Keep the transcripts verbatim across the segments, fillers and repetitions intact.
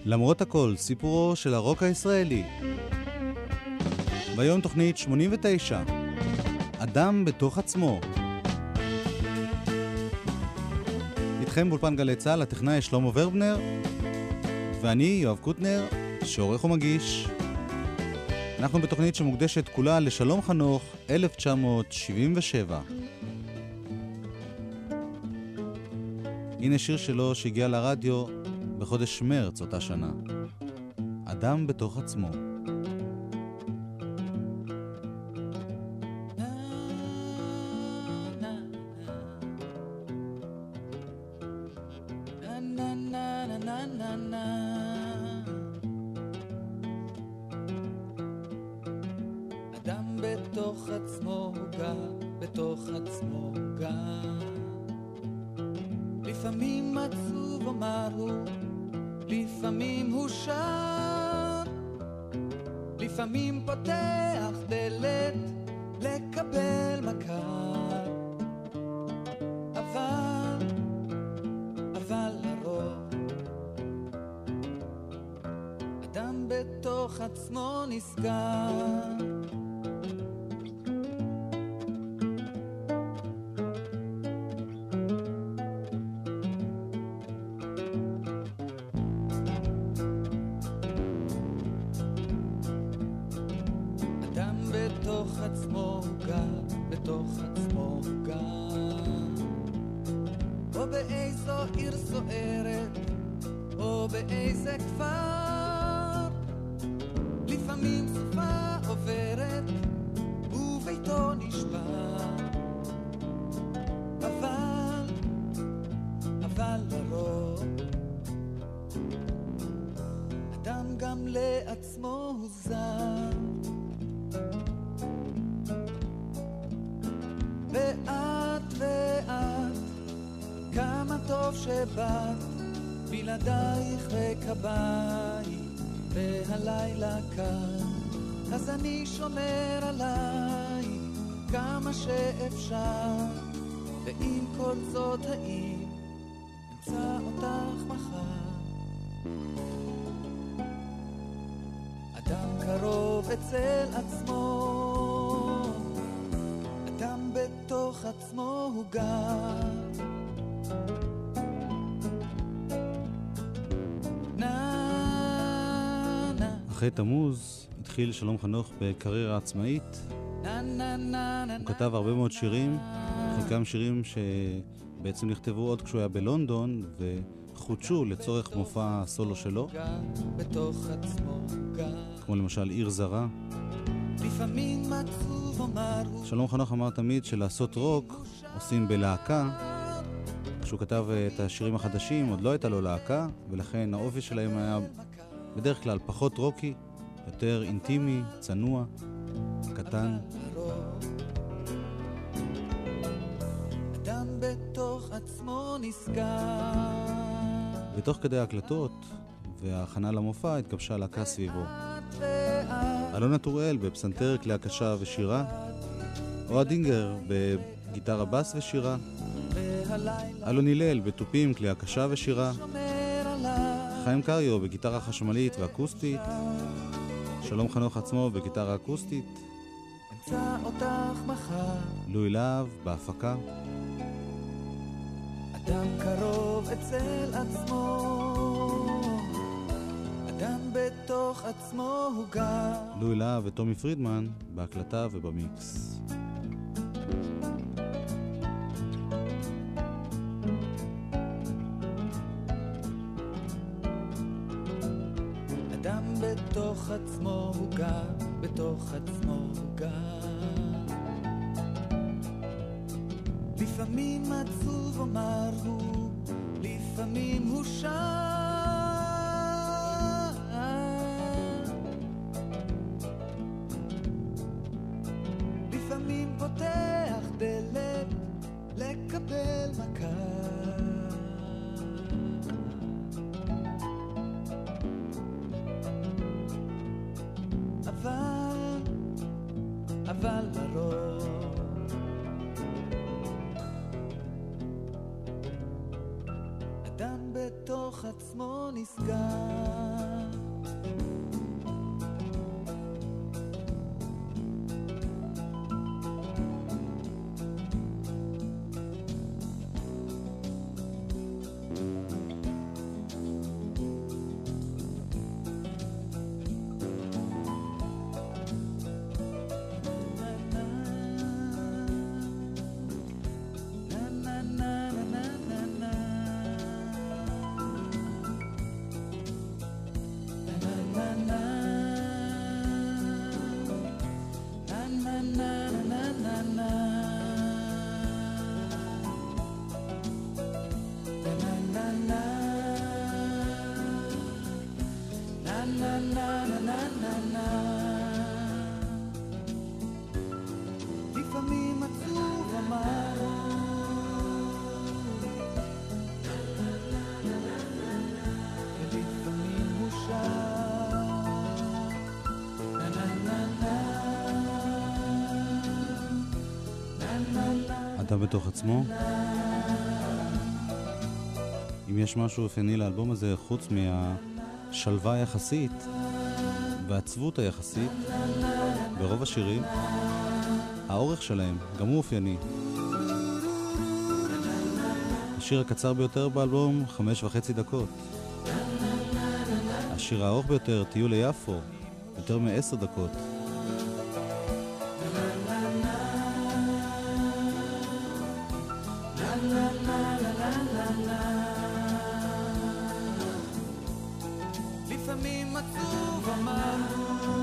למרות הכל, סיפורו של הרוק הישראלי. והיום תוכנית שמונים ותשע, אדם בתוך עצמו. איתכם באולפן גלי צהל, הטכנאי שלמה ורבנר, ואני יואב קוטנר, שעורך ומגיש. אנחנו בתוכנית שמוקדשת כולה לשלום חנוך, אלף תשע מאות שבעים ושבע. הנה שיר שלו שהגיע לרדיו בחודש מרץ אותה שנה. אדם בתוך עצמו. אדם בתוך עצמו הוא גר, בתוך עצמו הוא גר. לפעמים עצוב אומר הוא, לפעמים הוא שר, לפעמים פותח דלת לקבל מכר, אבל, אבל לרוב אדם בתוך עצמו נסגר. בלעדייך וכבית והלילה כאן, אז אני שומר עליי כמה שאפשר, ועם כל זאת האם אמצא אותך מחר. אדם קרוב אצל עצמו, אדם בתוך עצמו הוא גר. אחרי תמוז התחיל שלום חנוך בקריירה עצמאית. הוא כתב הרבה מאוד שירים, חלקם שירים שבעצם נכתבו עוד כשהוא היה בלונדון וחודשו לצורך מופע הסולו שלו, כמו למשל עיר זרה. שלום חנוך אמר תמיד שלעשות רוק עושים בלהקה. כשהוא כתב את השירים החדשים עוד לא הייתה לו להקה, ולכן האופי שלהם היה בדרך כלל פחות רוקי, יותר אינטימי, צנוע, קטן. אדם בתוך עצמו נסגר. ותוך כדי ההקלטות וההכנה למופע התגבשה להקה סביבו. אלונה טוראל בפסנתר, כלי הקשה ושירה, אוהד דינגר בגיטרה בס ושירה, אלון הלל בטופים, כלי הקשה ושירה, חיים קריו בגיטרה חשמלית ואקוסטית, שלום חנוך עצמו בגיטרה אקוסטית, לואי להב בהפקה. אדם קרוב אצל עצמו, אדם בתוך עצמו הוא גר. לואי להב וטומי פרידמן בהקלטה ובמיקס. בתוך עצמו הוא גר, בתוך עצמו הוא גר. לפעמים עצוב אומר הוא, לפעמים הוא שר, לפעמים פותח דלת לקבל מכר, אבל, אבל לרוב אדם בתוך עצמו נסגר. אדם בתוך עצמו. אם יש משהו אופייני לאלבום הזה, חוץ מהשלווה היחסית והעצבות היחסית ברוב השירים, האורך שלהם גם הוא אופייני. השיר הקצר ביותר באלבום, חמש וחצי דקות. השיר הארוך ביותר, טיול ליפו, יותר מעשר דקות. לפעמים עצוב אמר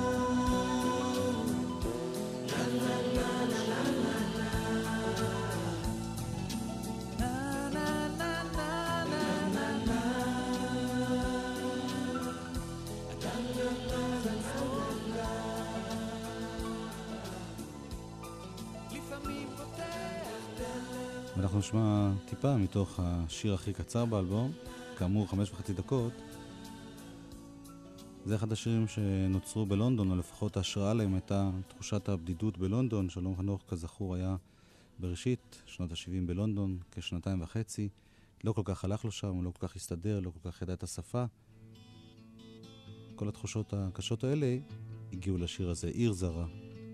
ואנחנו נשמע טיפה מתוך השיר הכי קצר באלבום, כאמור חמש וחצי דקות. זה אחד השירים שנוצרו בלונדון, או לפחות ההשראה להם הייתה תחושת הבדידות בלונדון. שלום חנוך, כזכור, היה בראשית שנות ה-שבעים בלונדון, כשנתיים וחצי. לא כל כך הלך לו שם, לא כל כך הסתדר, לא כל כך ידע את השפה. כל התחושות הקשות האלה הגיעו לשיר הזה, עיר זרה.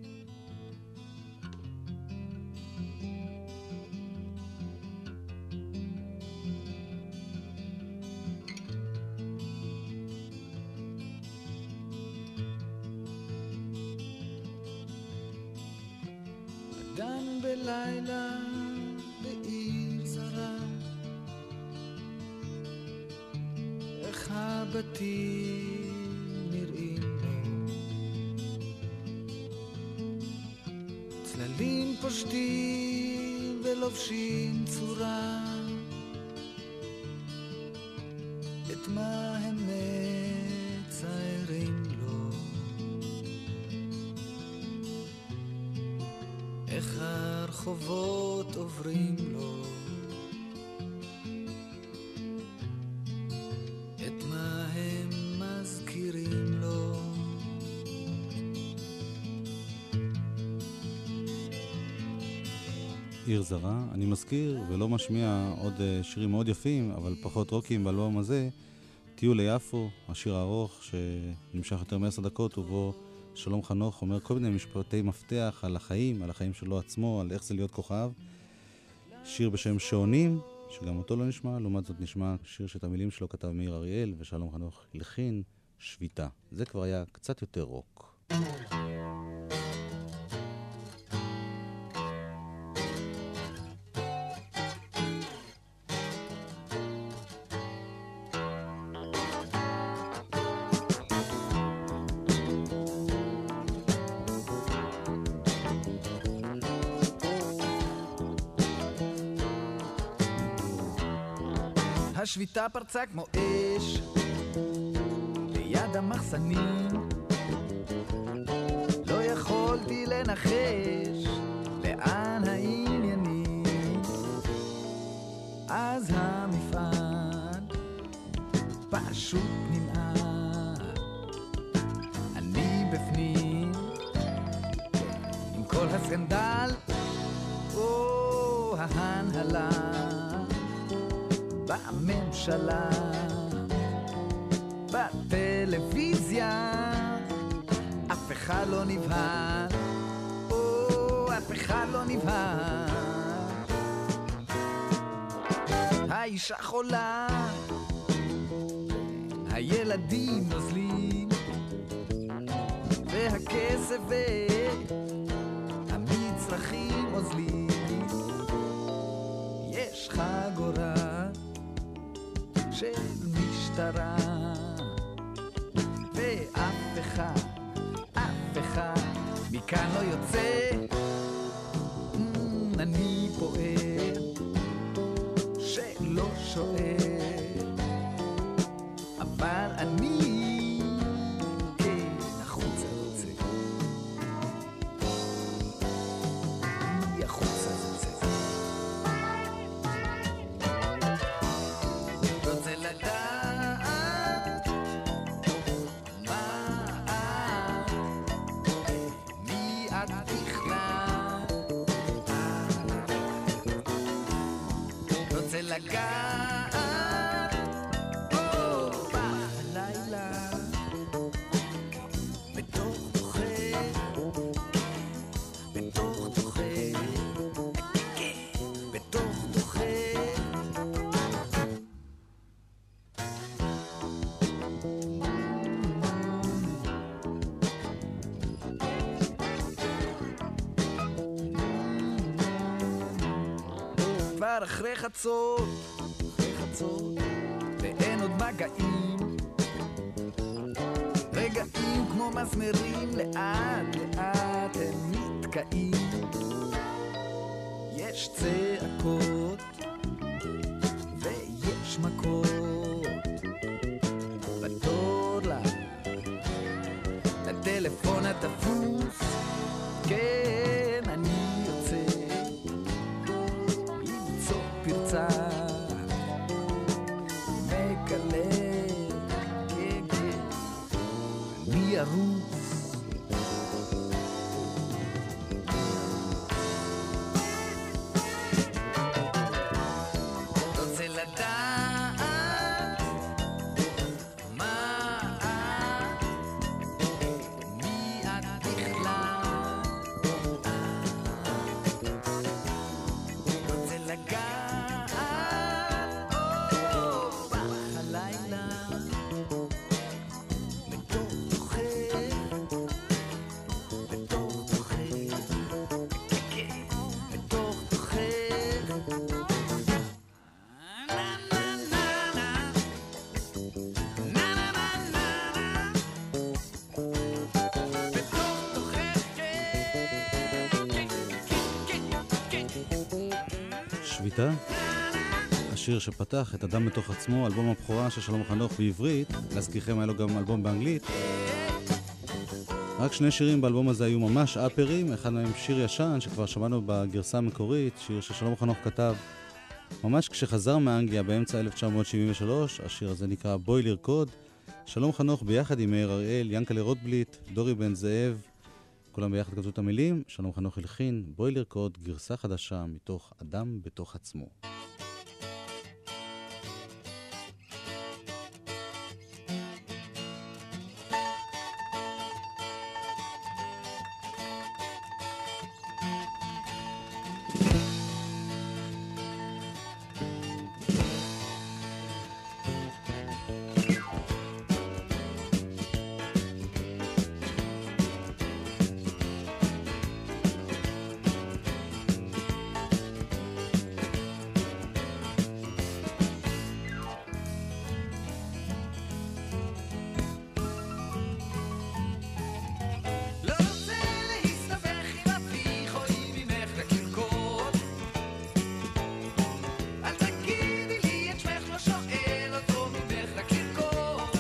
אדם בלילה בעיר זרה, איך הבתים נראים לו, צללים פושטים ולובשים צורה, את מה הם מציירים לו, איך הרחובות עוברים לו, את מה הם מזכירים לו. עיר זרה, אני מזכיר ולא משמיע עוד שירים מאוד יפים, אבל פחות רוקים באלבום הזה. טיול ליפו, השיר הארוך שנמשך יותר מעשר דקות, ובו שלום חנוך אומר כל מיני משפטי מפתח על החיים, על החיים שלו עצמו, על איך זה להיות כוכב. שיר בשם שעונים, שגם אותו לא נשמע, לעומת זאת נשמע שיר שאת המילים שלו כתב מאיר אריאל, ושלום חנוך הלחין, שביתה. זה כבר היה קצת יותר רוק. השביתה פרצה כמו אש ליד המחסנים, לא יכולתי לנחש לאן העניינים, אז המפעל פשוט נמאס, אני בפנים עם כל הסקנדל, או ההנהלה בממשלה, בטלוויזיה, אף אחד לא נבהל, או אף אחד לא נבהל. האישה חולה, הילדים נוזלים, והכסף והמצרכים עוזלים. יש חגורה של משטרה, ואף אחד, אף אחד מכאן לא יוצא. אני פועל שלא שואל, אבל אני כן החוצה רוצה, אני החוצה רוצה, רוצה לדעת מה את, מי את בכלל, לגעת בלילה בתוך תוכך בתוך תוכך בתוך תוכך כבר אחרי חצות, אחרי חצות, ואין עוד מגעים רגעים כמו מסמרים לאט לאט הם מתקעים יש צעקות ויש מכות בתור לה לטלפון התפוס כן אני יוצא למצוא פרצה מקלה כן כן אני ארוס רוצה לדעת מה את מי את בכלל רוצה לגעת בלילה בתוך תוכך בתוך תוכך בתוך תוכך na na na na na na na na בתוך תוכך שביתה, השיר שפתח את אדם בתוך עצמו, אלבום הבכורה של שלום חנוך בעברית, להזכירכם היה לו גם אלבום באנגלית. רק שני שירים באלבום הזה היו ממש אפרים, אחד מהם שיר ישן שכבר שמענו בגרסה המקורית, שיר ששלום חנוך כתב ממש כשחזר מאנגליה באמצע אלף תשע מאות שבעים ושלוש, השיר הזה נקרא בואי לרקוד. שלום חנוך ביחד עם מאיר אריאל, ינקלה רוטבליט, דורי בן זאב, כולם ביחד כתבו את המילים, שלום חנוך הלחין, בואי לרקוד, גרסה חדשה מתוך אדם בתוך עצמו. לא רוצה להסתבך עם אביך או עם אמך לקרקוד אל תגידי לי את שמך לא שואל אותו ממך לקרקוד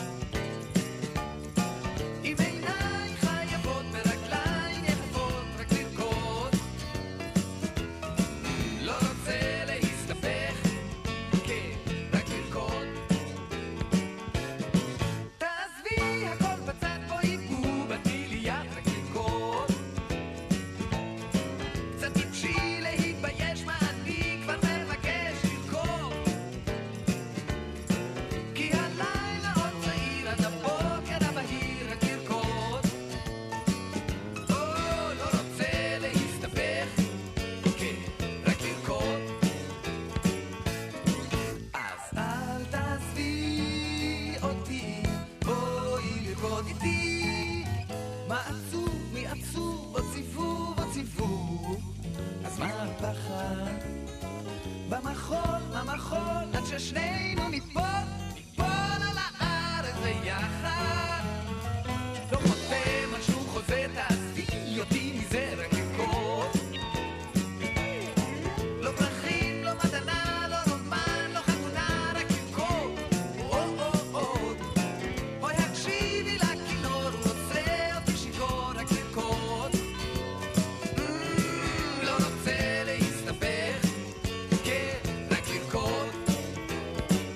עם עינייך חייבות ברגליים יפות רק לרקוד לא רוצה להסתבך כן רק לרקוד תעזבי הכל בצד בואי בובי ליד רק לרקוד קצת תבשי להתבייש מה אני כבר מבקש לרקוד כי הלילה עוד צעיר עד הבוקר הבהיר רק לרקוד או לא רוצה להסתבך כן רק לרקוד אז אל תעזבי אותי בואי לרקוד איתי מה עצוב מי עצוב עוד סיבוב עוד סיבוב אז מה הפחד במחול במחול עד ששנינו נטפול נטפול על הארץ ביחד לא חותם על שום חוזה תעזבי אותי מזה רק לרקוד לא פרחים לא מתנה לא רומן לא חתונה רק לרקוד או או או אוי הקשיבי לכינור הוא עושה אותי שיכור רק לרקוד לא רוצה להסתבך כן רק לרקוד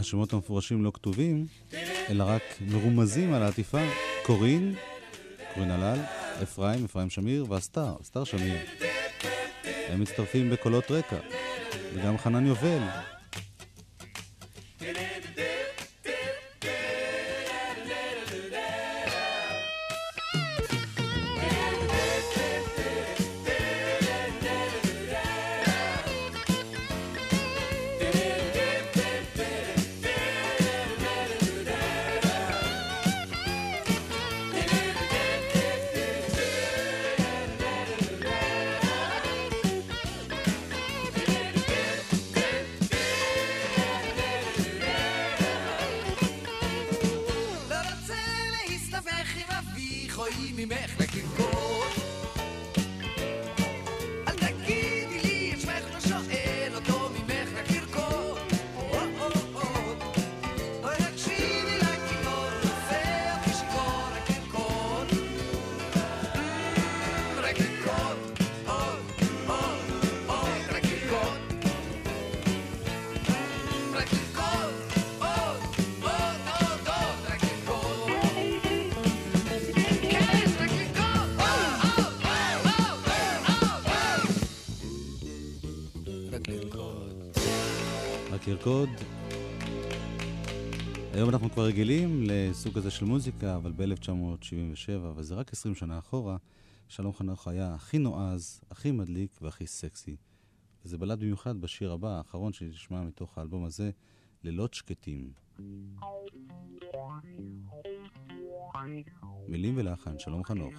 השמות המפורשים לא כתובים, אלא רק מרומזים על העטיפה. קורין, קורין הלל, אפרים, אפרים שמיר, והסטאר, סטאר שמיר. הם מצטרפים בקולות רקע, וגם חנן יובל. לרקוד. היום אנחנו כבר רגילים לסוג הזה של מוזיקה, אבל ב-אלף תשע מאות שבעים ושבע, וזה רק עשרים שנה אחורה, שלום חנוך היה הכי נועז, הכי מדליק והכי סקסי. וזה בלט במיוחד בשיר הבא, האחרון שנשמע מתוך האלבום הזה, לילות שקטים. מילים ולחן, שלום חנוך.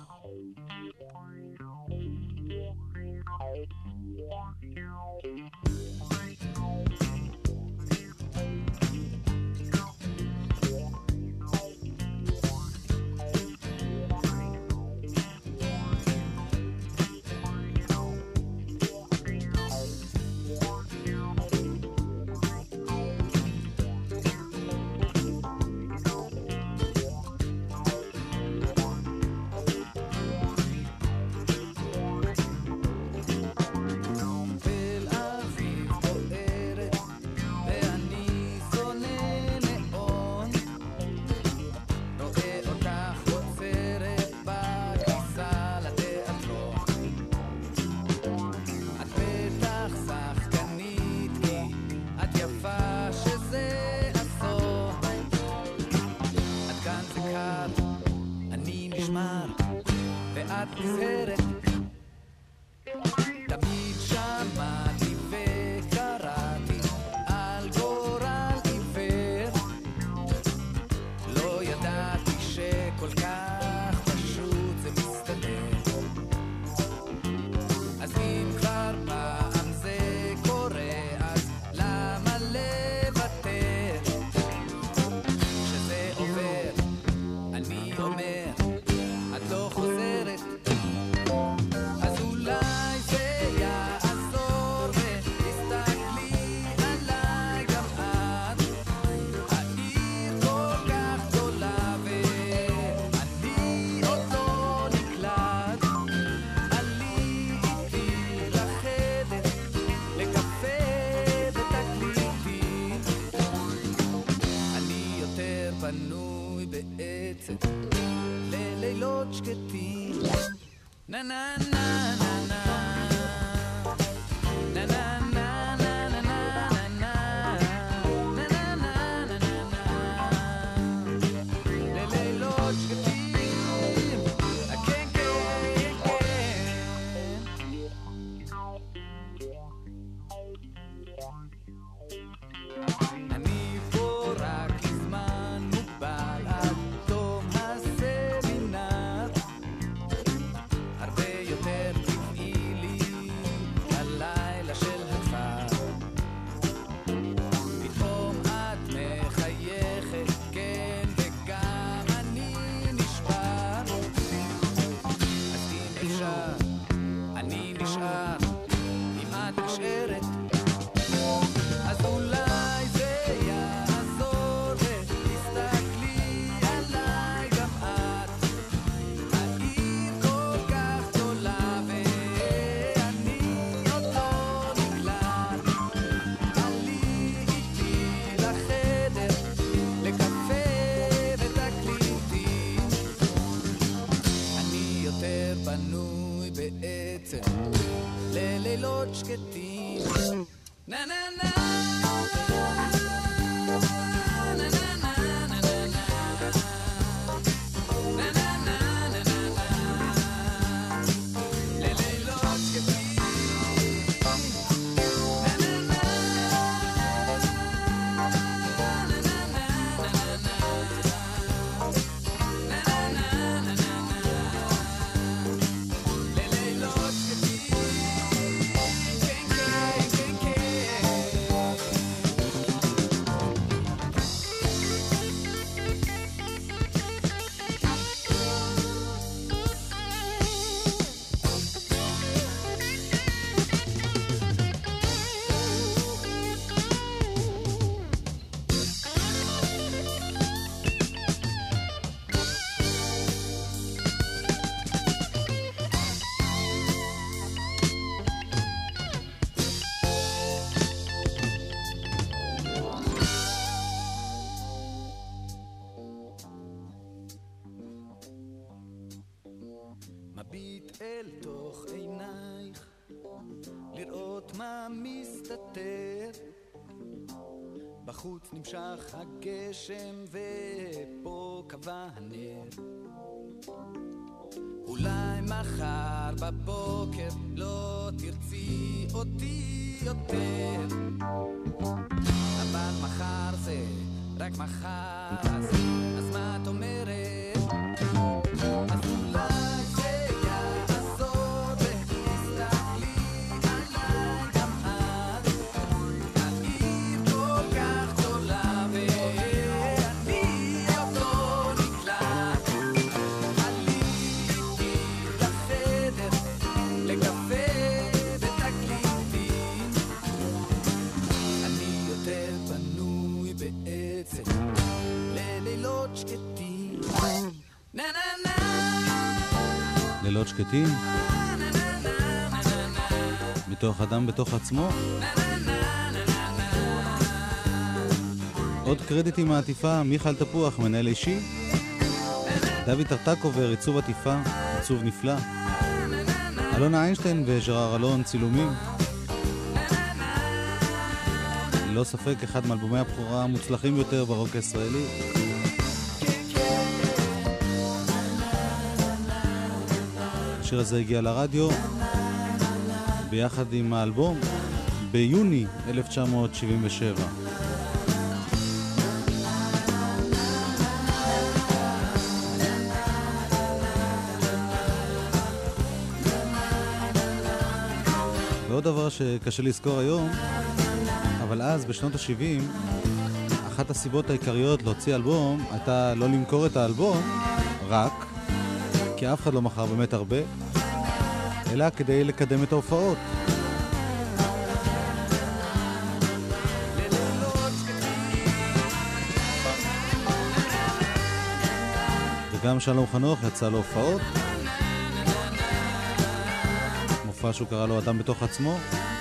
הרבה יותר אל תוך עינייך, לראות מה מסתתר. בחוץ נמשך הגשם ופה קבע הנר. אולי מחר בבוקר לא תרצי אותי יותר, אבל מחר זה רק מחר, אז, אז מה את אומרת? אז אולי זה יעזור ותסתכלי עליי גם את. העיר כל כך גדולה ואני אותו נקלט. עליתי לחדר לקפה ותקליטים. אני יותר בנוי בעצם ללילות שקטים. נה נה נה לילות שקטים מתוך אדם בתוך עצמו. עוד קרדיטים מעטיפה, מיכל תפוח מנהל אישי, דוד טרטקובר עיצוב עטיפה, עיצוב נפלא, אלונה איינשטיין וז'רר אלון צילומים. ללא ספק אחד מאלבומי הבכורה המוצלחים ביותר ברוק הישראלי. השיר הזה הגיע לרדיו ביחד עם האלבום ביוני אלף תשע מאות שבעים ושבע. ועוד דבר שקשה לזכור היום, אבל אז בשנות ה-שבעים אחת הסיבות העיקריות להוציא אלבום הייתה לא למכור את האלבום רק כי אף אחד לא מכר באמת הרבה, אלא כדי לקדם את ההופעות. וגם שלום חנוך יצא להופעות, מופע שהוא קרא לו אדם בתוך עצמו.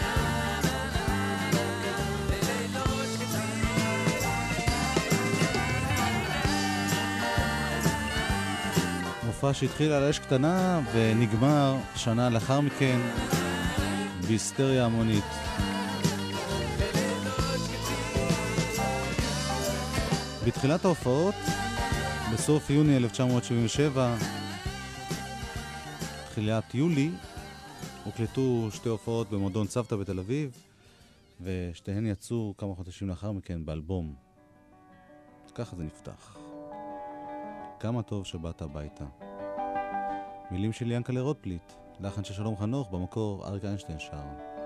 מופע שהתחיל על אש קטנה ונגמר שנה לאחר מכן בהיסטריה המונית. בתחילת ההופעות, בסוף יוני אלף תשע מאות שבעים ושבע, תחילת יולי, הוקלטו שתי הופעות במועדון צוותא בתל אביב, ושתיהן יצאו כמה חודשים לאחר מכן באלבום. ככה זה נפתח. כמה טוב שבאת הביתה. מילים של ינקלה רוטבליט, לחן של שלום חנוך, במקור אריק איינשטיין שר.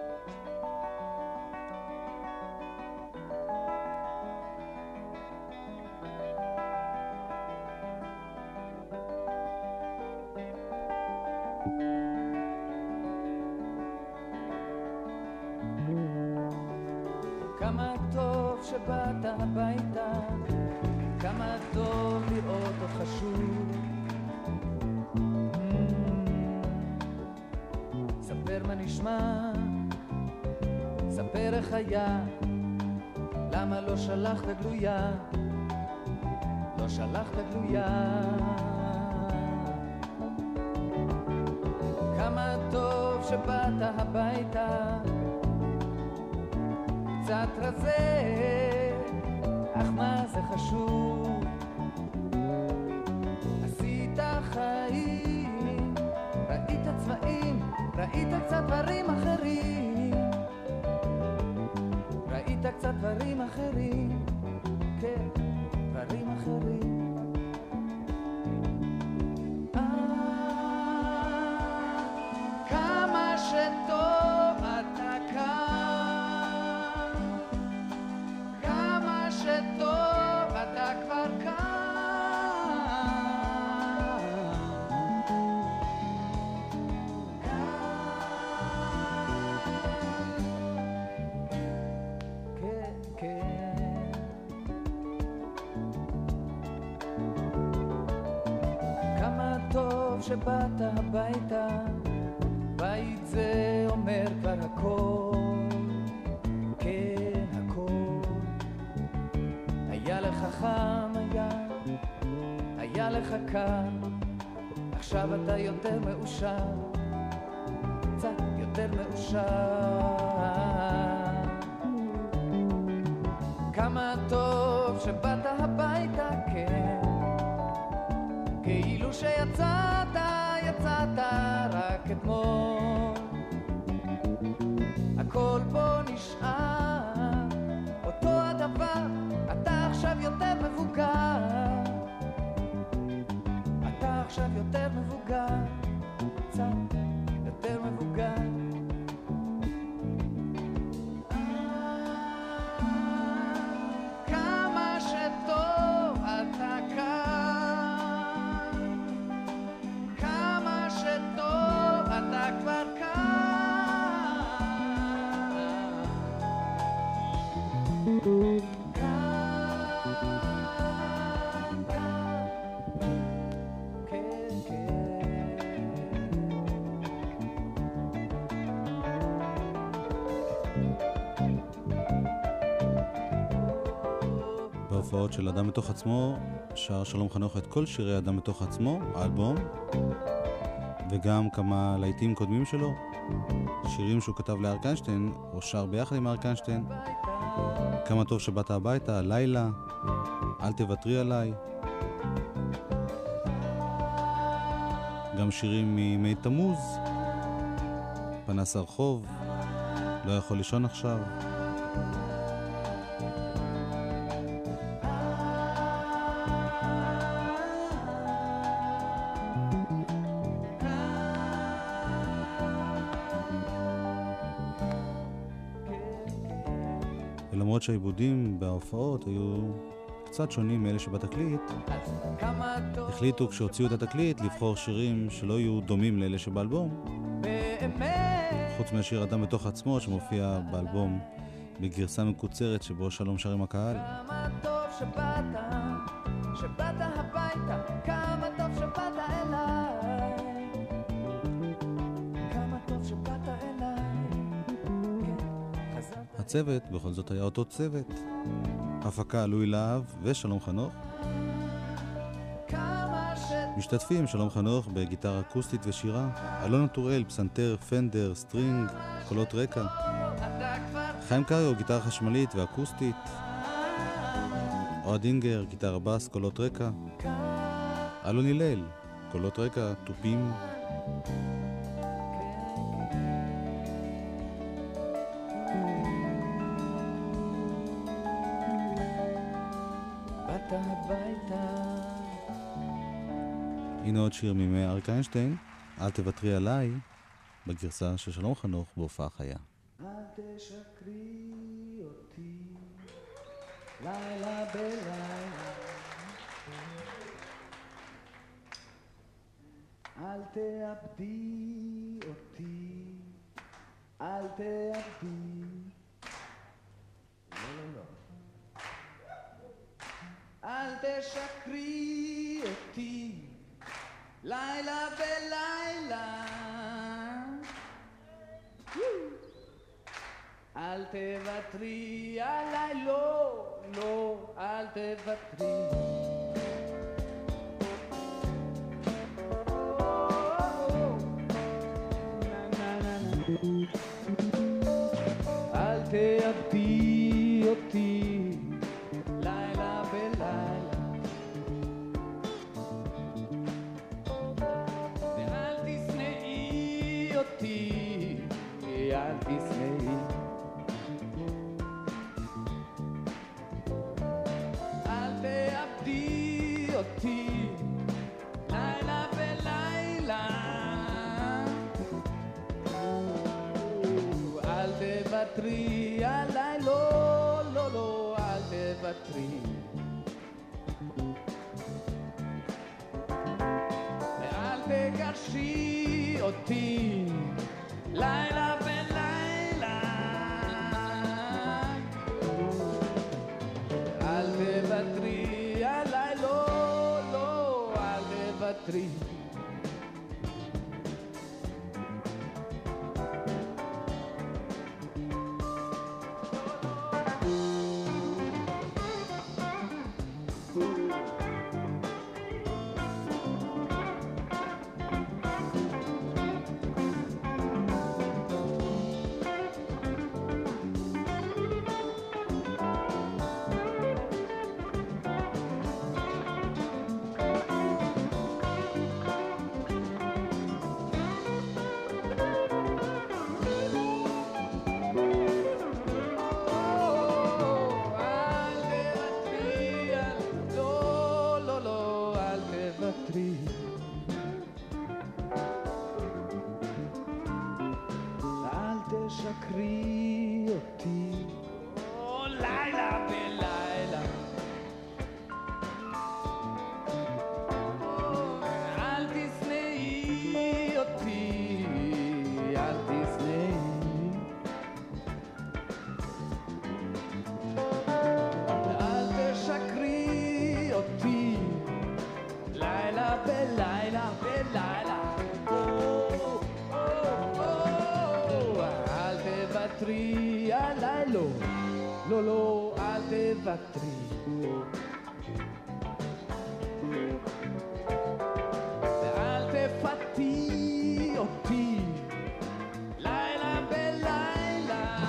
כמה טוב שבאת הביתה, כמה טוב לראות אותך שוב. ספר מה נשמע, ספר איך היה, למה לא שלחת גלויה, לא שלחת גלויה. כמה טוב שבאת הביתה, קצת רזה, אך מה זה חשוב. עשית חיים, ראית צבעים, ראית קצת דברים אחרים, ראית קצת דברים אחרים, כן, דברים אחרים. כמה שטוב אתה כאן, כמה שטוב אתה כבר כאן, כן, כן. כמה טוב שבאת הביתה, בית זה אומר כבר הכל, כן הכל. היה לך חם, היה, היה לך קר, עכשיו אתה יותר מאושר, קצת יותר מאושר. כמה טוב שבאת הביתה, כן, כאילו שיצאת, יצאת רק אתמול. הכל פה נשאר אותו הדבר, אתה עכשיו יותר מבוגר, אתה עכשיו יותר מבוגר, קצת יותר מבוגר. כמה שטוב אתה כאן, כמה שטוב אתה כבר בהופעות של אדם בתוך עצמו שר שלום חנוך את כל שירי אדם בתוך עצמו, האלבום, וגם כמה להיטים קודמים שלו, שירים שהוא כתב לאריק איינשטיין או שר ביחד עם אריק איינשטיין. כמה טוב שבאת הביתה, לילה, אל תוותרי עליי, גם שירים ממי תמוז, פנס הרחוב, לא יכול לישון עכשיו. ולמרות שהעיבודים בהופעות היו קצת שונים מאלה שבתקליט, החליטו כשהוציאו את התקליט לבחור שירים שלא יהיו דומים לאלה שבאלבום, חוץ מהשיר אדם בתוך עצמו שמופיע באלבום בגרסה מקוצרת שבו שלום שר עם הקהל. כמה טוב שבאת, שבאת הביתה, כמה טוב שבאת אליי, כמה טוב שבאת אליי, כן, חזרת. הצוות בכל זאת היה אותו צוות, הפקה לואי להב ושלום חנוך. משתתפים שלום חנוך בגיטרה אקוסטית ושירה, אלונה טוראל פסנתר, פנדר, סטרינג, קולות רקע, חיים קריו גיטרה חשמלית ואקוסטית, אוהד דינגר גיטרה בס, קולות רקע, אלון הלל קולות רקע, טופים. באת הביתה. הנה עוד שיר מימי אריק איינשטיין, אל תוותרי עליי, בגרסה של שלום חנוך בהופעה חיה. אל תשקרי אותי לילה בלילה, אל תאבדי אותי, אל תאבדי, לא לא לא, אל תשקרי אותי לילה בלילה, אל תוותרי עליי, לא, לא, אל תוותרי. אל תאבדי אותי לילה בלילה, ואל תשנאי אותי, אל תשנאי. אל תאבדי אותי לילה בלילה, אל תוותרי עליי, לא, לא, לא, אל תוותרי. ואל תגרשי אותי לילה בלילה, אל תוותרי עליי, לא, לא, אל תוותרי. תשקרי אותי או לילה בלילה אל תשנאי אותי אל תשנאי אל תשקרי אותי לילה בלילה בלילה תוותרי עליי לא, לא, לא, אל תוותרי ואל תפתי אותי לילה בלילה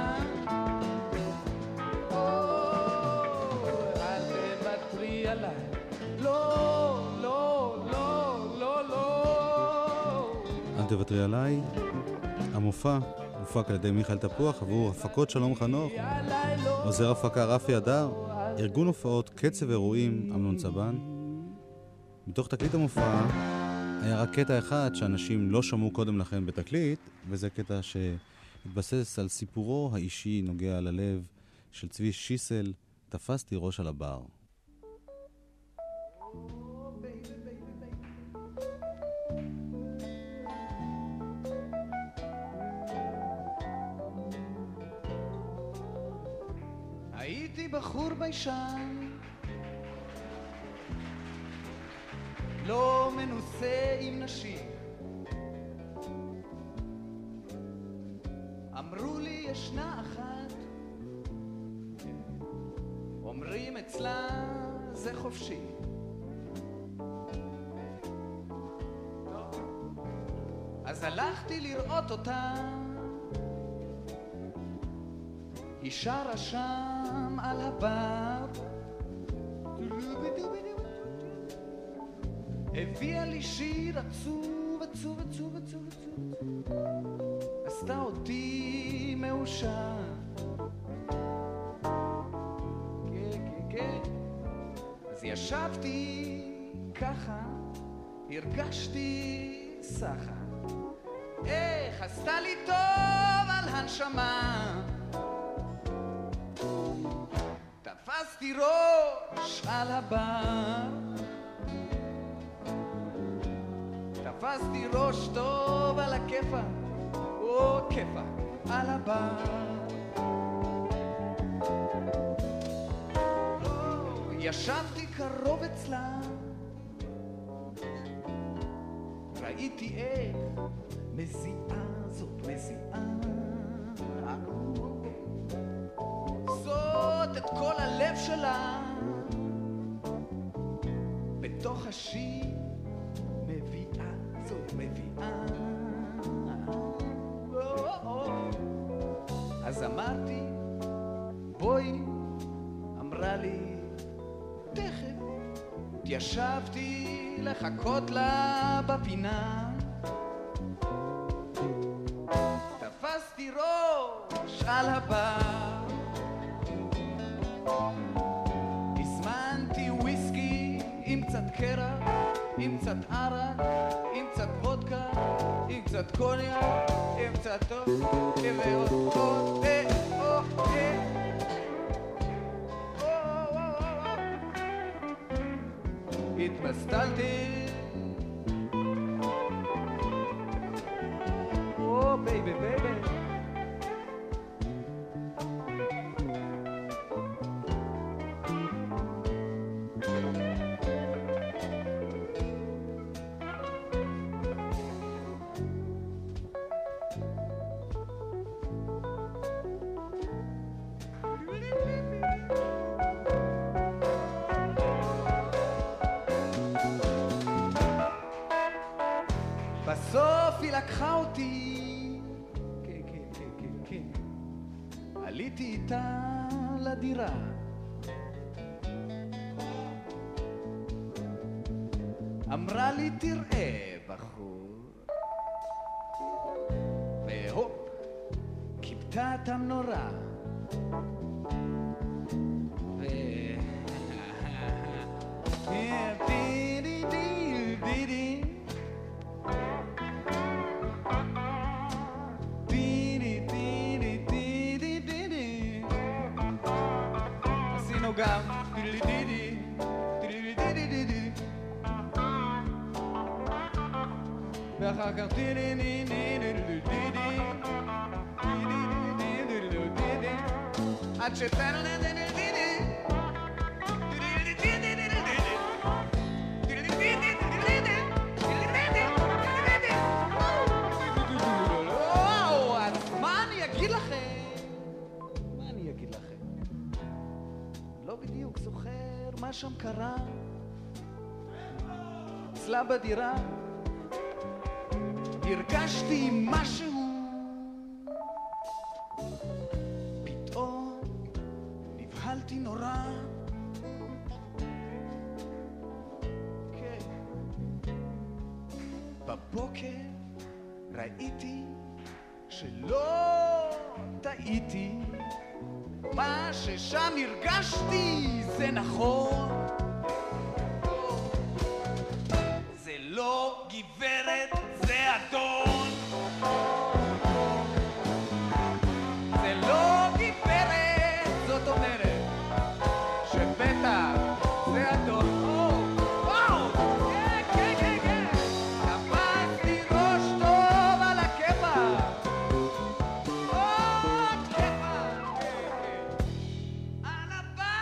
אל תוותרי עליי לא, לא, לא, לא, לא אל תוותרי עליי. המופע מופק על ידי מיכאל תפוח עבור הפקות שלום חנוך, עוזר הפקה רפי אדר, ארגון הופעות קצב אירועים אמנון צבן. מתוך תקליט המופע היה רק קטע אחד שאנשים לא שמעו קודם לכן בתקליט, וזה קטע שהתבסס על סיפורו האישי נוגע ללב של צבי שיסל, תפסתי ראש על הבר. הייתי בחור ביישן לא מנוסה עם נשים אמרו לי ישנה אחת אומרים אצלה זה חופשי אז הלכתי לראות אותה היא שרה שם על הבר הביאה לי שיר עצוב עצוב עצוב עצוב עצוב עשתה אותי מאושר כן כן כן אז ישבתי ככה הרגשתי סחה איך עשתה לי טוב על הנשמה תפסתי ראש על הבר תפסתי ראש טוב על הכיפה או כיפה על הבר ישבתי קרוב אצלה ראיתי איך מזיעה זאת מזיעה את כל הלב שלה בתוך השיר מביאה זאת מביאה אז אמרתי בואי אמרה לי תכף התיישבתי לחכות לה בפינה תפסתי ראש על הבר הזמנתי וויסקי עם קצת קרח, עם קצת ערק, עם קצת וודקה, עם קצת קוניאק, עם קצת טוב, ועוד עוד, אה, או, אה. התמסטלתי או בייבי בייבי בסוף היא לקחה אותי, כן, כן, כן, כן, כן. עליתי איתה לדירה. אמרה לי תראה בחור, והופ, כיבתה את המנורה. ו... ואחר כך עד שתנו אז מה אני אגיד לכם? מה אני אגיד לכם? לא בדיוק זוכר מה שם קרה אצלה בדירה הרגשתי משהו פתאום נבהלתי נורא כן בבוקר ראיתי שלא טעיתי מה ששם הרגשתי זה נכון זה לא גברת זה אדון זה לא גברת זאת אומרת שבטח זה אדון וואו כן כן כן כן תפסתי ראש טוב על הכיפה עוד כיפה על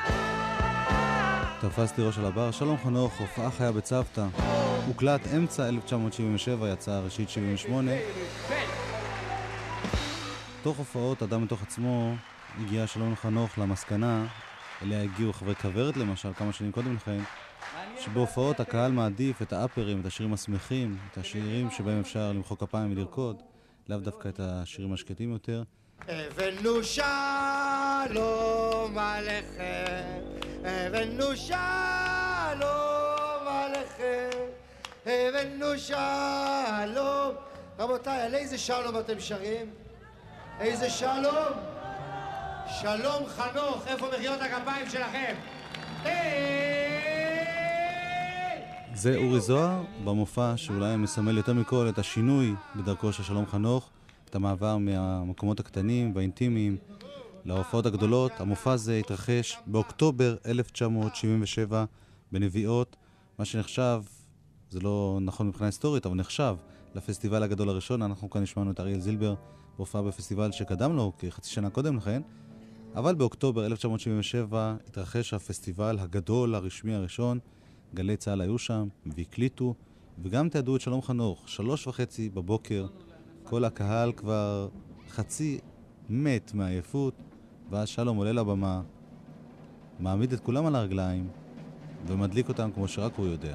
הבר תפסתי ראש על הבר. שלום חנוך, הופעה חיה בצוותא, הוקלט אמצע אלף תשע מאות שבעים ושבע, יצא ראשית שבעים ושמונה. תוך הופעות אדם מתוך עצמו הגיע שלום חנוך למסקנה, אליה הגיעו חברי כברת למשל כמה שנים קודם לכן, שבהופעות הקהל מעדיף את האפרים, את השירים השמחים, את השירים שבהם אפשר למחוא כפיים ולרקוד, לאו דווקא את השירים השקטים יותר. הבנו שלום עליכם, הבנו שלום עליכם, הבנו שלום. רבותיי, על איזה שלום אתם שרים? איזה שלום? שלום חנוך, איפה מחיאות הכפיים שלכם? זה אורי זוהר במופע שאולי מסמל יותר מכל את השינוי בדרכו של שלום חנוך, את המעבר מהמקומות הקטנים והאינטימיים להופעות הגדולות. המופע הזה התרחש באוקטובר אלף תשע מאות שבעים ושבע בנביעות, מה שנחשב, זה לא נכון מבחינה היסטורית, אבל נחשב לפסטיבל הגדול הראשון. אנחנו כאן נשמענו את אריאל זילבר בהופעה בפסטיבל שקדם לו כחצי שנה קודם לכן, אבל באוקטובר אלף תשע מאות שבעים ושבע התרחש הפסטיבל הגדול הרשמי הראשון. גלי צהל היו שם והקליטו וגם תיעדו את שלום חנוך. שלוש וחצי בבוקר, כל הקהל כבר חצי מת מהעייפות, ואז שלום עולה לבמה, מעמיד את כולם על הרגליים ומדליק אותם כמו שרק הוא יודע.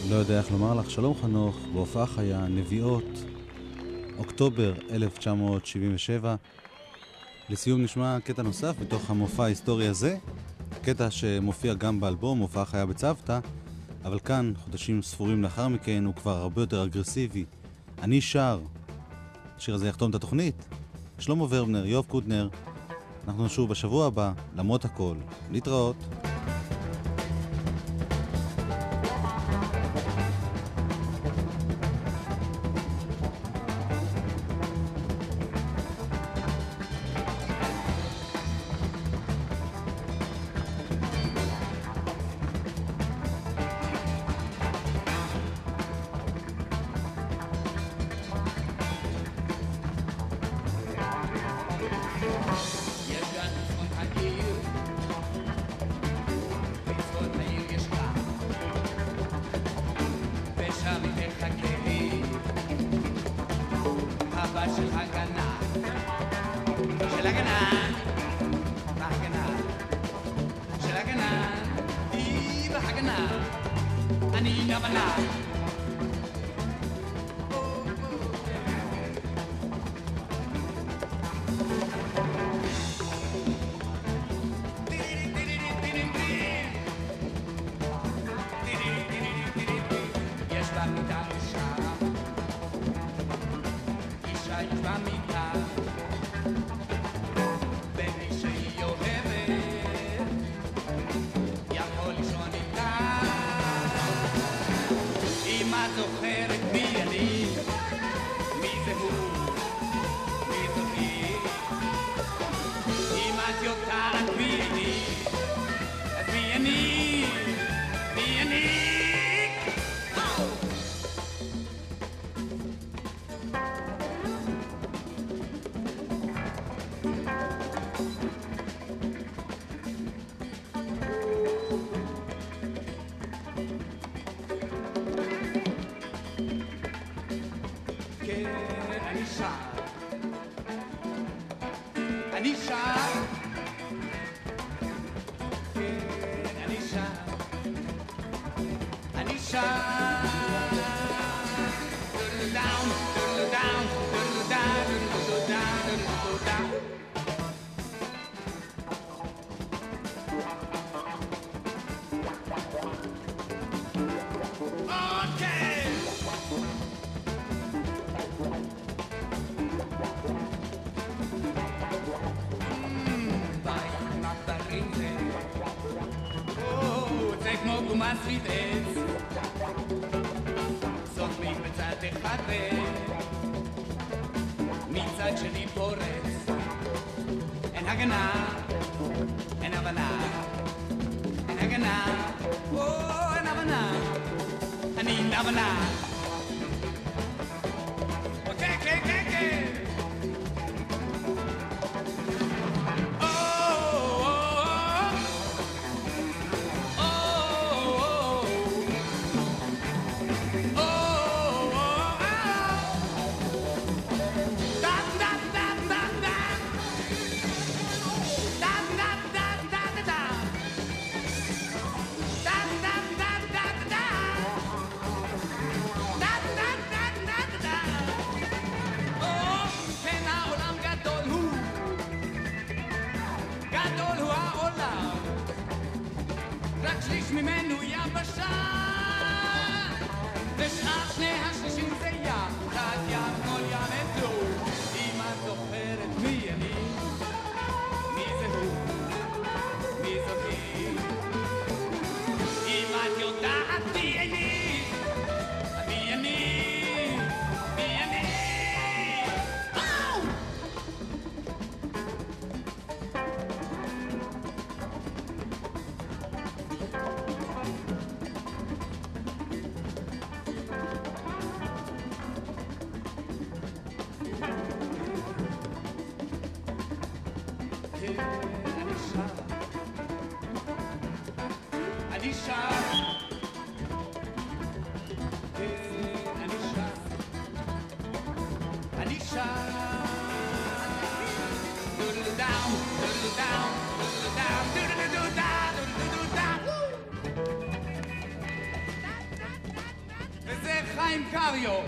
לא יודע איך לומר לך, שלום חנוך, בהופעה חיה, נביאות, אוקטובר אלף תשע מאות שבעים ושבע. לסיום נשמע קטע נוסף בתוך המופע ההיסטורי הזה, קטע שמופיע גם באלבום, הופעה חיה בצוותא, אבל כאן, חודשים ספורים לאחר מכן, הוא כבר הרבה יותר אגרסיבי. אני שר, השיר הזה יחתום את התוכנית. שלמה ורבנר, יוב קוטנר, אנחנו נשוב בשבוע הבא, למרות הכל. להתראות. חיים קריו.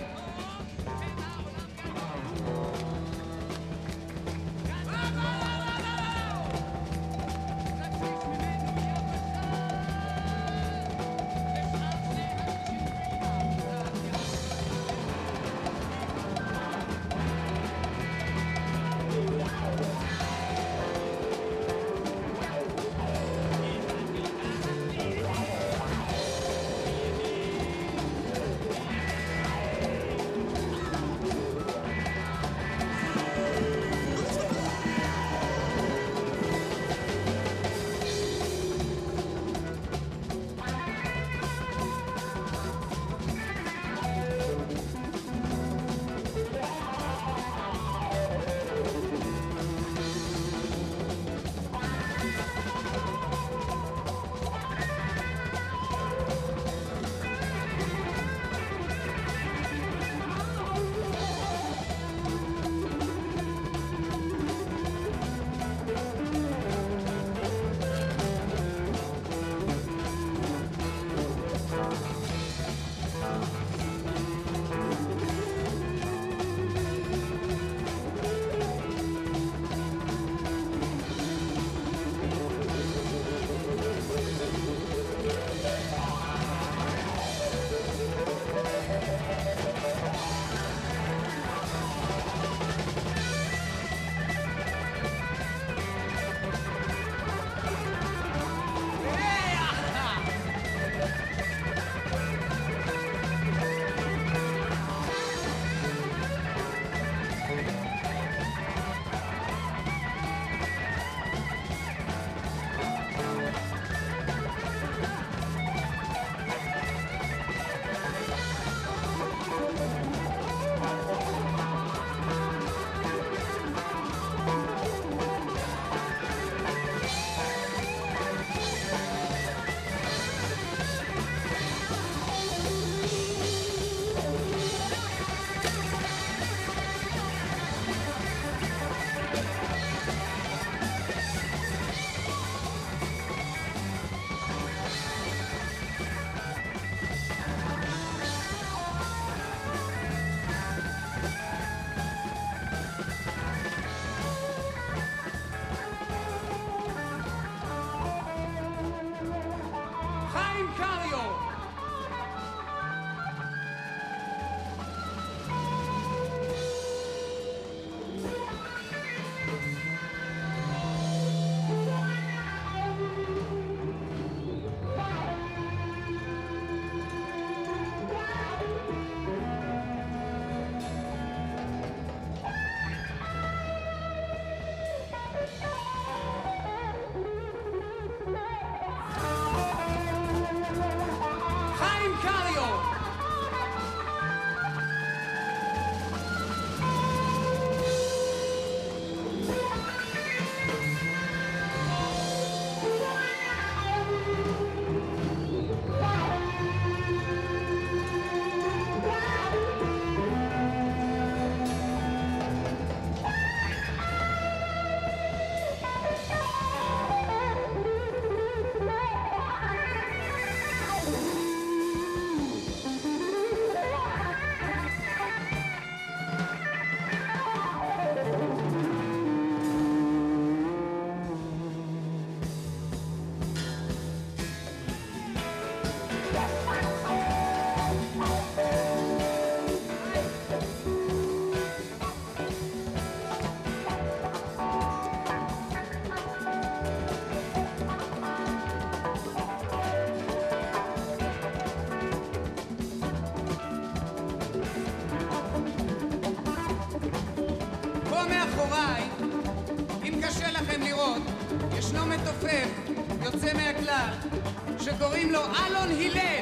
ישנו מתופף יוצא מהכלל שקוראים לו אלון הלל.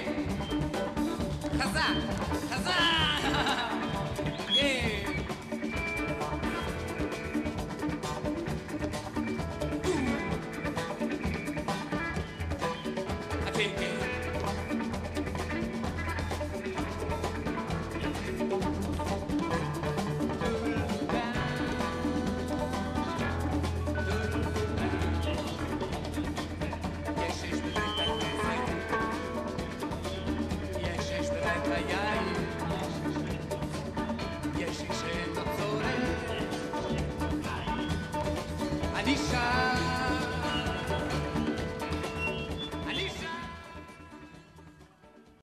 חזק, חזק! כן, כן.